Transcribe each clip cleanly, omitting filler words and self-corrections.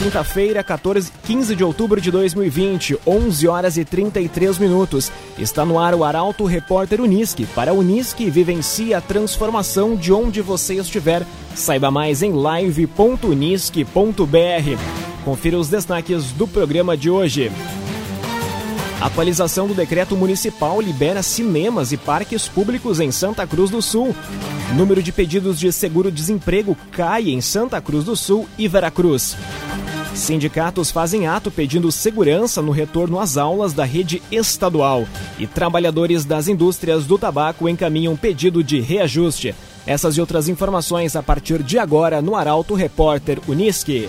quinta-feira, 15 de outubro de 2020, 11 horas e 33 minutos. Está no ar o Arauto Repórter Unisque. Para a Unisque, vivencie a transformação de onde você estiver. Saiba mais em live.unisque.br. Confira os destaques do programa de hoje. A atualização do decreto municipal libera cinemas e parques públicos em Santa Cruz do Sul. Número de pedidos de seguro-desemprego cai em Santa Cruz do Sul e Veracruz. Sindicatos fazem ato pedindo segurança no retorno às aulas da rede estadual. E trabalhadores das indústrias do tabaco encaminham pedido de reajuste. Essas e outras informações a partir de agora no Arauto Repórter Unisque.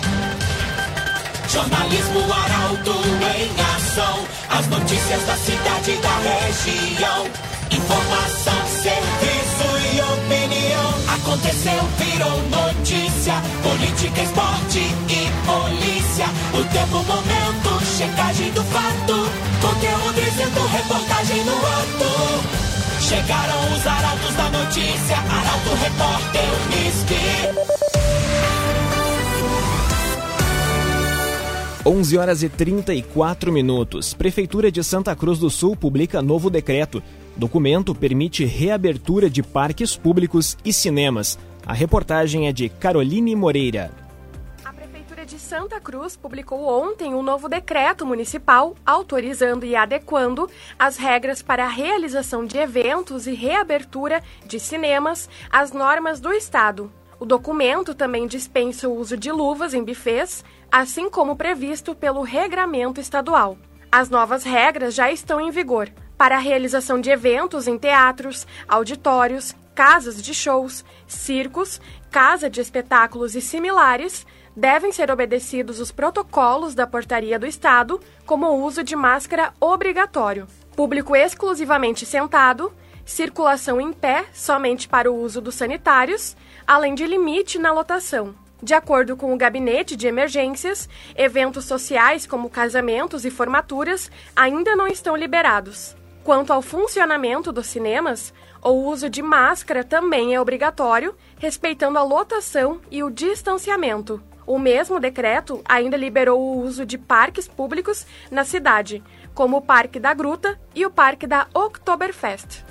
Jornalismo Arauto em ação. As notícias da cidade e da região. Informação, serviço e opinião. Aconteceu, virou notícia. Política, esporte e polícia. O tempo, momento, checagem do fato. Conteúdo dizendo, reportagem no ato. Chegaram os arautos da notícia. Arauto Repórter Unisque. 11 horas e 34 minutos. Prefeitura de Santa Cruz do Sul publica novo decreto. Documento permite reabertura de parques públicos e cinemas. A reportagem é de Caroline Moreira. A Prefeitura de Santa Cruz publicou ontem um novo decreto municipal autorizando e adequando as regras para a realização de eventos e reabertura de cinemas às normas do Estado. O documento também dispensa o uso de luvas em bufês, assim como previsto pelo regramento estadual. As novas regras já estão em vigor para a realização de eventos em teatros, auditórios, casas de shows, circos, casa de espetáculos e similares. Devem ser obedecidos os protocolos da Portaria do Estado, como o uso de máscara obrigatório, público exclusivamente sentado, circulação em pé somente para o uso dos sanitários, além de limite na lotação. De acordo com o Gabinete de Emergências, eventos sociais como casamentos e formaturas ainda não estão liberados. Quanto ao funcionamento dos cinemas, o uso de máscara também é obrigatório, respeitando a lotação e o distanciamento. O mesmo decreto ainda liberou o uso de parques públicos na cidade, como o Parque da Gruta e o Parque da Oktoberfest.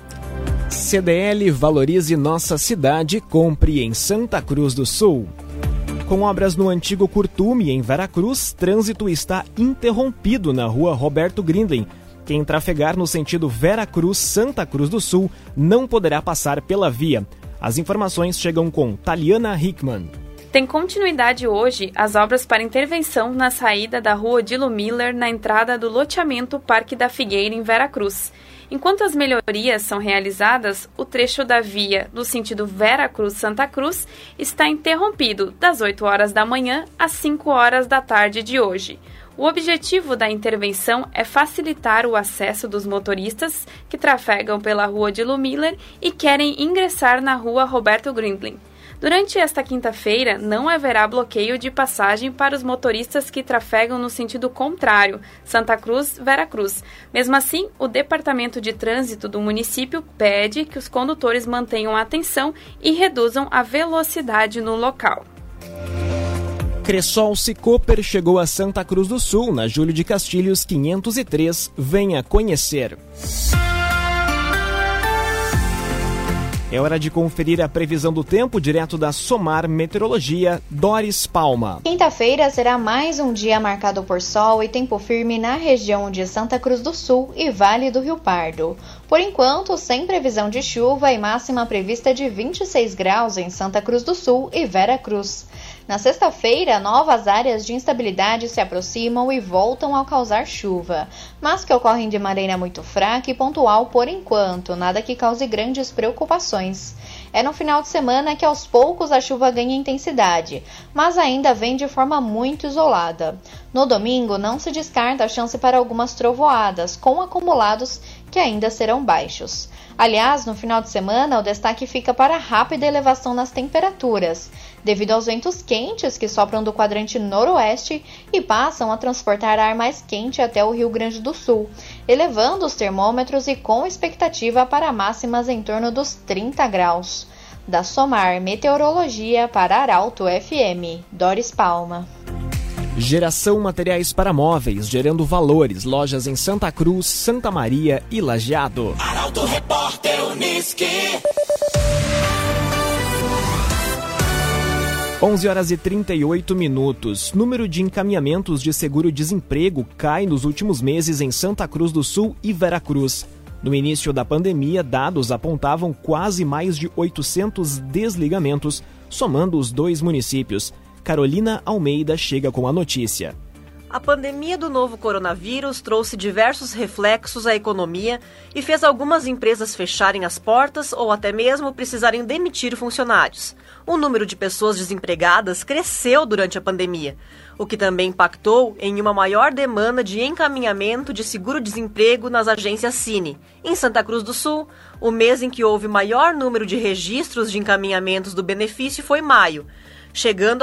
CDL Valorize Nossa Cidade, compre em Santa Cruz do Sul. Com obras no antigo Curtume, em Veracruz, trânsito está interrompido na rua Roberto Grindlin. Quem trafegar no sentido Veracruz-Santa Cruz do Sul não poderá passar pela via. As informações chegam com Taliana Hickman. Tem continuidade hoje as obras para intervenção na saída da rua Odilo Miller na entrada do loteamento Parque da Figueira, em Veracruz. Enquanto as melhorias são realizadas, o trecho da via no sentido Veracruz-Santa Cruz está interrompido das 8 horas da manhã às 5 horas da tarde de hoje. O objetivo da intervenção é facilitar o acesso dos motoristas que trafegam pela rua Odilo Miller e querem ingressar na rua Roberto Grindlin. Durante esta quinta-feira, não haverá bloqueio de passagem para os motoristas que trafegam no sentido contrário, Santa Cruz-Veracruz. Mesmo assim, o Departamento de Trânsito do município pede que os condutores mantenham a atenção e reduzam a velocidade no local. Cressol Cicoper chegou a Santa Cruz do Sul, na Júlio de Castilhos 503. Venha conhecer. É hora de conferir a previsão do tempo direto da Somar Meteorologia, Doris Palma. Quinta-feira será mais um dia marcado por sol e tempo firme na região de Santa Cruz do Sul e Vale do Rio Pardo. Por enquanto, sem previsão de chuva e máxima prevista de 26 graus em Santa Cruz do Sul e Veracruz. Na sexta-feira, novas áreas de instabilidade se aproximam e voltam a causar chuva, mas que ocorrem de maneira muito fraca e pontual por enquanto, nada que cause grandes preocupações. É no final de semana que aos poucos a chuva ganha intensidade, mas ainda vem de forma muito isolada. No domingo, não se descarta a chance para algumas trovoadas, com acumulados que ainda serão baixos. Aliás, no final de semana, o destaque fica para a rápida elevação nas temperaturas, devido aos ventos quentes que sopram do quadrante noroeste e passam a transportar ar mais quente até o Rio Grande do Sul, elevando os termômetros e com expectativa para máximas em torno dos 30 graus. Da Somar Meteorologia para Arauto FM, Doris Palma. Geração Materiais para Móveis, gerando valores. Lojas em Santa Cruz, Santa Maria e Lajeado. Arauto Repórter Unisque. 11h38. Número de encaminhamentos de seguro-desemprego cai nos últimos meses em Santa Cruz do Sul e Veracruz. No início da pandemia, dados apontavam quase mais de 800 desligamentos, somando os dois municípios. Carolina Almeida chega com a notícia. A pandemia do novo coronavírus trouxe diversos reflexos à economia e fez algumas empresas fecharem as portas ou até mesmo precisarem demitir funcionários. O número de pessoas desempregadas cresceu durante a pandemia, o que também impactou em uma maior demanda de encaminhamento de seguro-desemprego nas agências Cine. Em Santa Cruz do Sul, o mês em que houve maior número de registros de encaminhamentos do benefício foi maio, chegando a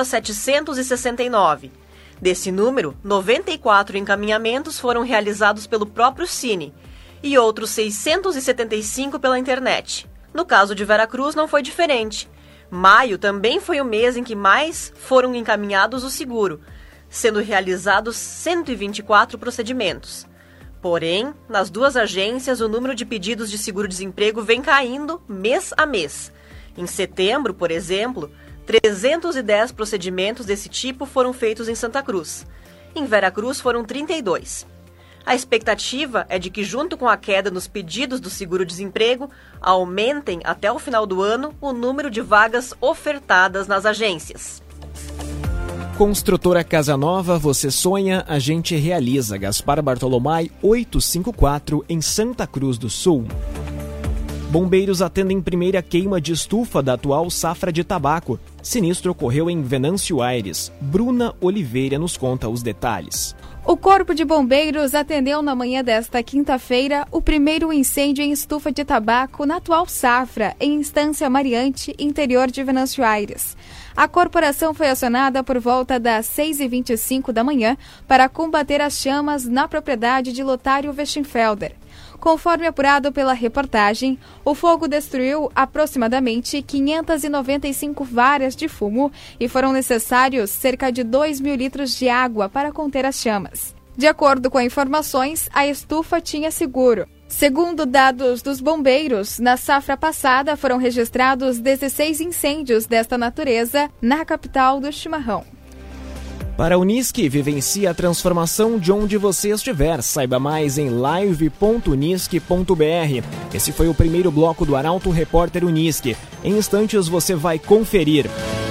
769. Desse número, 94 encaminhamentos foram realizados pelo próprio Cine e outros 675 pela internet. No caso de Veracruz, não foi diferente. Maio também foi o mês em que mais foram encaminhados o seguro, sendo realizados 124 procedimentos. Porém, nas duas agências, o número de pedidos de seguro-desemprego vem caindo mês a mês. Em setembro, por exemplo, 310 procedimentos desse tipo foram feitos em Santa Cruz. Em Veracruz foram 32. A expectativa é de que, junto com a queda nos pedidos do seguro-desemprego, aumentem até o final do ano o número de vagas ofertadas nas agências. Construtora Casa Nova, você sonha, a gente realiza. Gaspar Bartolomai 854, em Santa Cruz do Sul. Bombeiros atendem primeira queima de estufa da atual safra de tabaco. Sinistro ocorreu em Venâncio Aires. Bruna Oliveira nos conta os detalhes. O Corpo de Bombeiros atendeu na manhã desta quinta-feira o primeiro incêndio em estufa de tabaco na atual safra, em Estância Mariante, interior de Venâncio Aires. A corporação foi acionada por volta das 6h25 da manhã para combater as chamas na propriedade de Lotário Westenfelder. Conforme apurado pela reportagem, o fogo destruiu aproximadamente 595 varas de fumo e foram necessários cerca de 2.000 litros de água para conter as chamas. De acordo com informações, a estufa tinha seguro. Segundo dados dos bombeiros, na safra passada foram registrados 16 incêndios desta natureza na capital do chimarrão. Para a Unisque, vivencie a transformação de onde você estiver. Saiba mais em live.unisque.br. Esse foi o primeiro bloco do Arauto Repórter Unisque. Em instantes você vai conferir.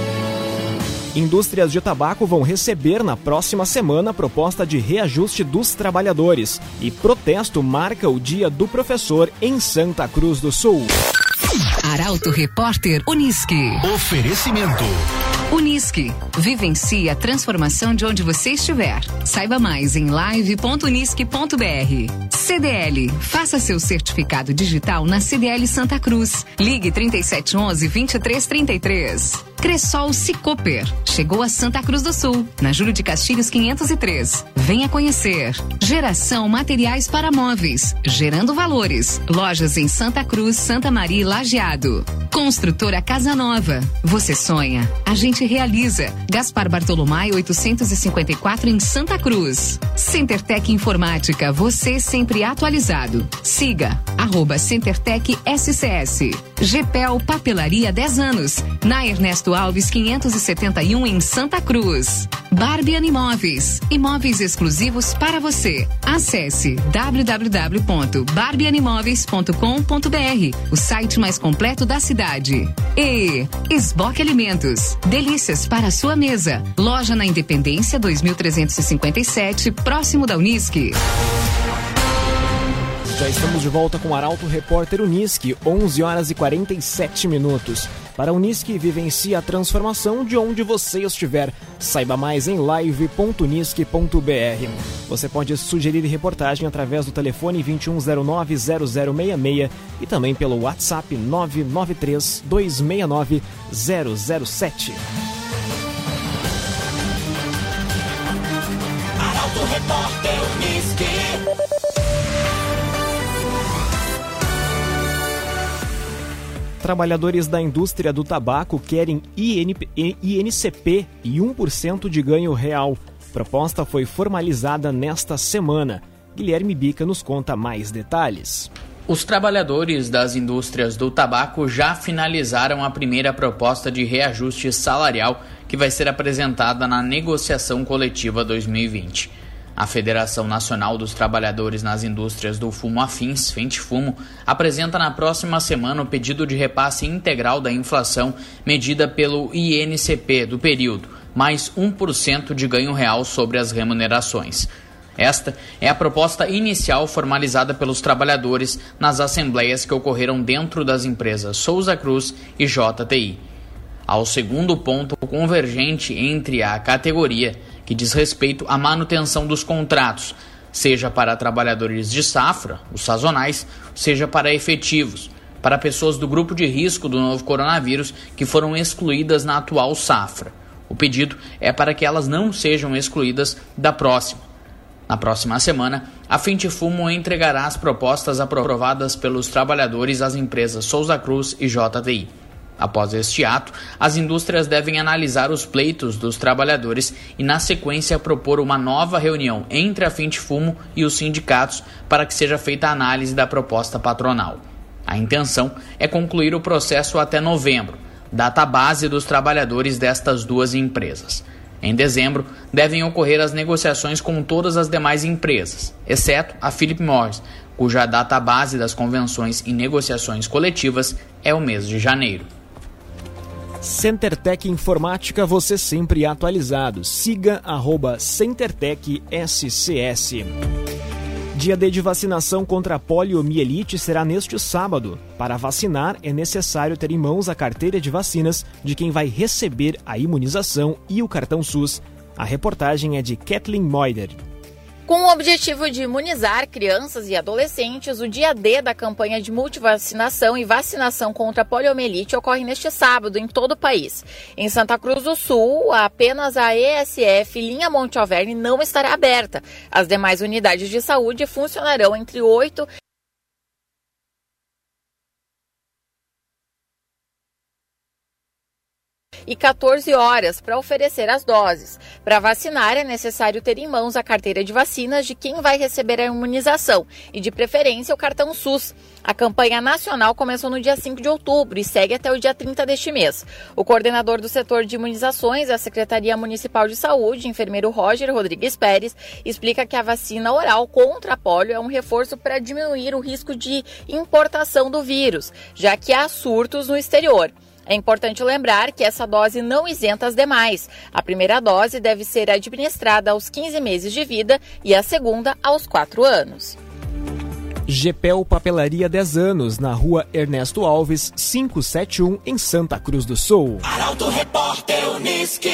Indústrias de tabaco vão receber na próxima semana a proposta de reajuste dos trabalhadores. E protesto marca o Dia do Professor em Santa Cruz do Sul. Arauto Repórter Unisque. Oferecimento. Unisque. Vivencie a transformação de onde você estiver. Saiba mais em live.unisque.br. CDL. Faça seu certificado digital na CDL Santa Cruz. Ligue 3711-2333. Cressol Cicoper. Chegou a Santa Cruz do Sul, na Júlio de Castilhos 503. Venha conhecer. Geração Materiais para Móveis. Gerando valores. Lojas em Santa Cruz, Santa Maria e Lajeado. Construtora Casa Nova. Você sonha, a gente realiza. Gaspar Bartolomai 854, em Santa Cruz. CenterTech Informática, você sempre atualizado. Siga @CenterTech SCS. GPEL Papelaria 10 anos, na Ernesto Alves 571, em Santa Cruz. Barbian Imóveis, imóveis exclusivos para você. Acesse www.barbianimoveis.com.br, o site mais completo da cidade. E Esboque Alimentos, delícias para a sua mesa. Loja na Independência 2357, próximo da Unisque. Já estamos de volta com o Arauto Repórter Unisque, 11h47. Para a Unisque, vivencie a transformação de onde você estiver. Saiba mais em live.unisque.br. Você pode sugerir reportagem através do telefone 2109-0066 e também pelo WhatsApp 993-269-007. Arauto Repórter Unisque. Trabalhadores da indústria do tabaco querem INCP e 1% de ganho real. A proposta foi formalizada nesta semana. Guilherme Bica nos conta mais detalhes. Os trabalhadores das indústrias do tabaco já finalizaram a primeira proposta de reajuste salarial que vai ser apresentada na negociação coletiva 2020. A Federação Nacional dos Trabalhadores nas Indústrias do Fumo Afins, FENTEFUMO, apresenta na próxima semana o pedido de repasse integral da inflação medida pelo INCP do período, mais 1% de ganho real sobre as remunerações. Esta é a proposta inicial formalizada pelos trabalhadores nas assembleias que ocorreram dentro das empresas Souza Cruz e JTI. Ao segundo ponto convergente entre a categoria, que diz respeito à manutenção dos contratos, seja para trabalhadores de safra, os sazonais, seja para efetivos, para pessoas do grupo de risco do novo coronavírus que foram excluídas na atual safra. O pedido é para que elas não sejam excluídas da próxima. Na próxima semana, a FENTEFUMO entregará as propostas aprovadas pelos trabalhadores às empresas Souza Cruz e JTI. Após este ato, as indústrias devem analisar os pleitos dos trabalhadores e, na sequência, propor uma nova reunião entre a FENTEFUMO e os sindicatos para que seja feita a análise da proposta patronal. A intenção é concluir o processo até novembro, data base dos trabalhadores destas duas empresas. Em dezembro, devem ocorrer as negociações com todas as demais empresas, exceto a Philip Morris, cuja data base das convenções e negociações coletivas é o mês de janeiro. CenterTech Informática, você sempre atualizado. Siga @CenterTech SCS. Dia D de vacinação contra a poliomielite será neste sábado. Para vacinar, é necessário ter em mãos a carteira de vacinas de quem vai receber a imunização e o cartão SUS. A reportagem é de Kathleen Moider. Com o objetivo de imunizar crianças e adolescentes, o dia D da campanha de multivacinação e vacinação contra a poliomielite ocorre neste sábado em todo o país. Em Santa Cruz do Sul, apenas a ESF linha Monte Alverne não estará aberta. As demais unidades de saúde funcionarão entre 8 e 14 horas para oferecer as doses. Para vacinar, é necessário ter em mãos a carteira de vacinas de quem vai receber a imunização e, de preferência, o cartão SUS. A campanha nacional começou no dia 5 de outubro e segue até o dia 30 deste mês. O coordenador do setor de imunizações da Secretaria Municipal de Saúde, enfermeiro Roger Rodrigues Pérez, explica que a vacina oral contra a polio é um reforço para diminuir o risco de importação do vírus, já que há surtos no exterior. É importante lembrar que essa dose não isenta as demais. A primeira dose deve ser administrada aos 15 meses de vida e a segunda aos 4 anos. GPEL Papelaria 10 anos, na rua Ernesto Alves, 571, em Santa Cruz do Sul. Arauto Repórter Unisque.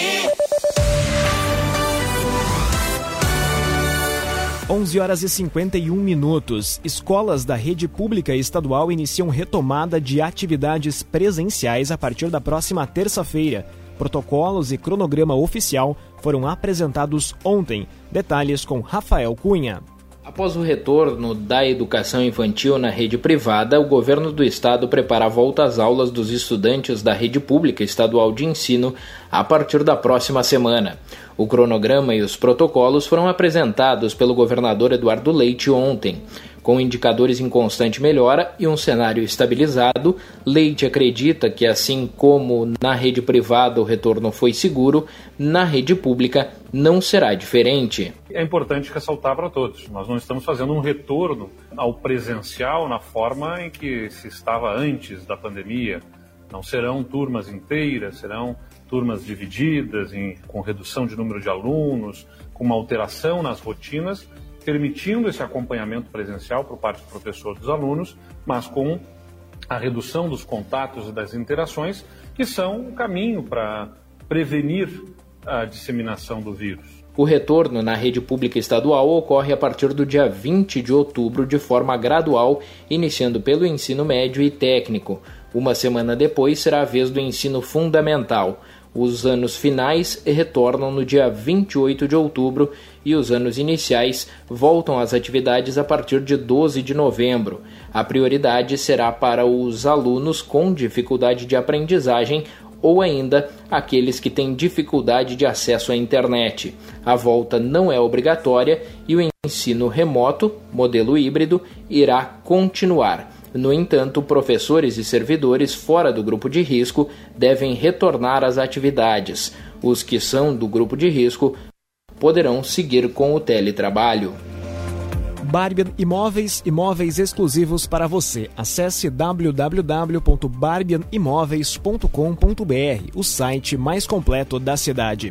11 horas e 51 minutos. Escolas da rede pública estadual iniciam retomada de atividades presenciais a partir da próxima terça-feira. Protocolos e cronograma oficial foram apresentados ontem. Detalhes com Rafael Cunha. Após o retorno da educação infantil na rede privada, o governo do estado prepara a volta às aulas dos estudantes da rede pública estadual de ensino a partir da próxima semana. O cronograma e os protocolos foram apresentados pelo governador Eduardo Leite ontem. Com indicadores em constante melhora e um cenário estabilizado, Leite acredita que, assim como na rede privada o retorno foi seguro, na rede pública não será diferente. É importante ressaltar para todos, nós não estamos fazendo um retorno ao presencial na forma em que se estava antes da pandemia. Não serão turmas inteiras, serão turmas divididas, com redução de número de alunos, com uma alteração nas rotinas, permitindo esse acompanhamento presencial por parte do professor dos alunos, mas com a redução dos contatos e das interações, que são um caminho para prevenir a disseminação do vírus. O retorno na rede pública estadual ocorre a partir do dia 20 de outubro de forma gradual, iniciando pelo ensino médio e técnico. Uma semana depois será a vez do ensino fundamental. Os anos finais retornam no dia 28 de outubro e os anos iniciais voltam às atividades a partir de 12 de novembro. A prioridade será para os alunos com dificuldade de aprendizagem ou ainda aqueles que têm dificuldade de acesso à internet. A volta não é obrigatória e o ensino remoto, modelo híbrido, irá continuar. No entanto, professores e servidores fora do grupo de risco devem retornar às atividades. Os que são do grupo de risco poderão seguir com o teletrabalho. Barbian Imóveis, imóveis exclusivos para você. Acesse www.barbianimoveis.com.br, o site mais completo da cidade.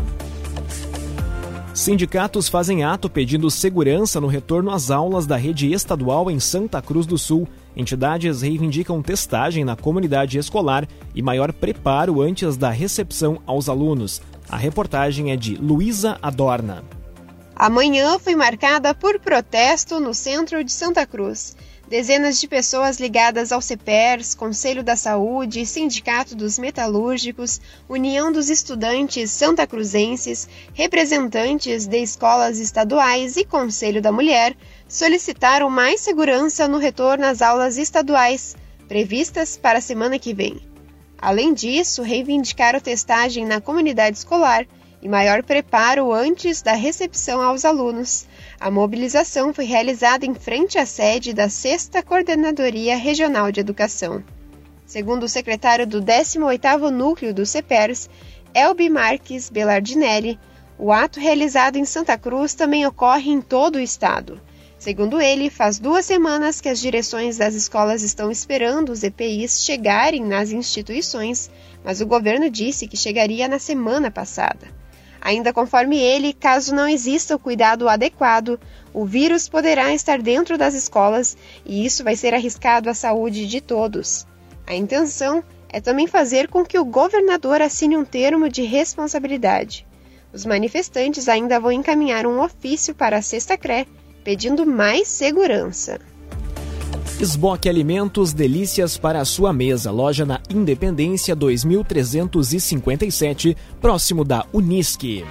Sindicatos fazem ato pedindo segurança no retorno às aulas da rede estadual em Santa Cruz do Sul. Entidades reivindicam testagem na comunidade escolar e maior preparo antes da recepção aos alunos. A reportagem é de Luísa Adorna. A manhã foi marcada por protesto no centro de Santa Cruz. Dezenas de pessoas ligadas ao CEPERS, Conselho da Saúde, Sindicato dos Metalúrgicos, União dos Estudantes santacruzenses, representantes de escolas estaduais e Conselho da Mulher solicitaram mais segurança no retorno às aulas estaduais, previstas para a semana que vem. Além disso, reivindicaram testagem na comunidade escolar e maior preparo antes da recepção aos alunos. A mobilização foi realizada em frente à sede da 6ª Coordenadoria Regional de Educação. Segundo o secretário do 18º Núcleo do CEPERS, Elbi Marques Belardinelli, o ato realizado em Santa Cruz também ocorre em todo o estado. Segundo ele, faz 2 semanas que as direções das escolas estão esperando os EPIs chegarem nas instituições, mas o governo disse que chegaria na semana passada. Ainda conforme ele, caso não exista o cuidado adequado, o vírus poderá estar dentro das escolas e isso vai ser arriscado à saúde de todos. A intenção é também fazer com que o governador assine um termo de responsabilidade. Os manifestantes ainda vão encaminhar um ofício para a 6ª CRE, pedindo mais segurança. Esboque Alimentos, delícias para a sua mesa. Loja na Independência 2357, próximo da Unisque.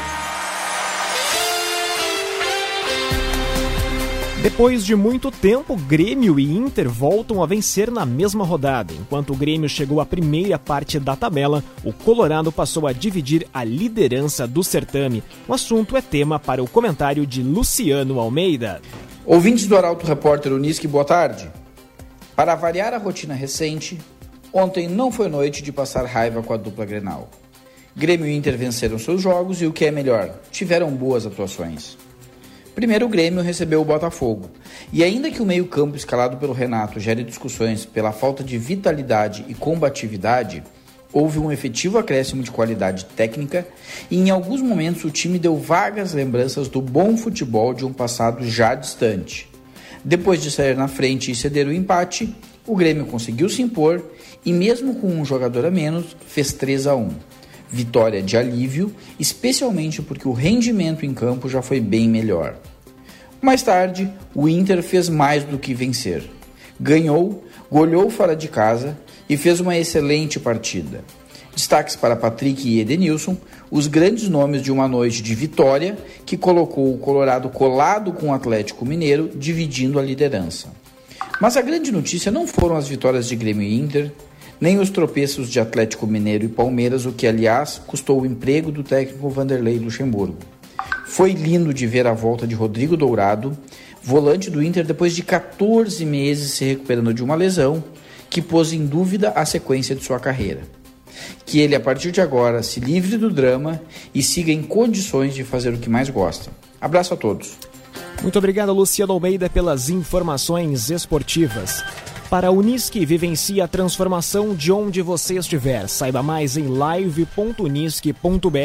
Depois de muito tempo, Grêmio e Inter voltam a vencer na mesma rodada. Enquanto o Grêmio chegou à primeira parte da tabela, o Colorado passou a dividir a liderança do certame. O assunto é tema para o comentário de Luciano Almeida. Ouvintes do Arauto Repórter Unisque, boa tarde. Para variar a rotina recente, ontem não foi noite de passar raiva com a dupla Grenal. Grêmio e Inter venceram seus jogos e, o que é melhor, tiveram boas atuações. Primeiro, o Grêmio recebeu o Botafogo, e ainda que o meio-campo escalado pelo Renato gere discussões pela falta de vitalidade e combatividade, houve um efetivo acréscimo de qualidade técnica e em alguns momentos o time deu vagas lembranças do bom futebol de um passado já distante. Depois de sair na frente e ceder o empate, o Grêmio conseguiu se impor e mesmo com um jogador a menos, fez 3-1. Vitória de alívio, especialmente porque o rendimento em campo já foi bem melhor. Mais tarde, o Inter fez mais do que vencer. Ganhou, goleou fora de casa e fez uma excelente partida. Destaques para Patrick e Edenilson, os grandes nomes de uma noite de vitória que colocou o Colorado colado com o Atlético Mineiro, dividindo a liderança. Mas a grande notícia não foram as vitórias de Grêmio e Inter, nem os tropeços de Atlético Mineiro e Palmeiras, o que, aliás, custou o emprego do técnico Vanderlei Luxemburgo. Foi lindo de ver a volta de Rodrigo Dourado, volante do Inter depois de 14 meses se recuperando de uma lesão, que pôs em dúvida a sequência de sua carreira. Que ele, a partir de agora, se livre do drama e siga em condições de fazer o que mais gosta. Abraço a todos. Muito obrigado, Luciano Almeida, pelas informações esportivas. Para a Unisque, vivencie a transformação de onde você estiver. Saiba mais em live.unisque.br.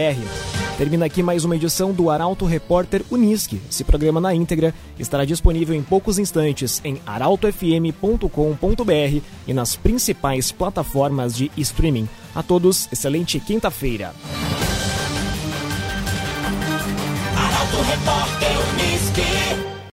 Termina aqui mais uma edição do Arauto Repórter Unisque. Esse programa na íntegra estará disponível em poucos instantes em arautofm.com.br e nas principais plataformas de streaming. A todos, excelente quinta-feira. Arauto Repórter Unisque.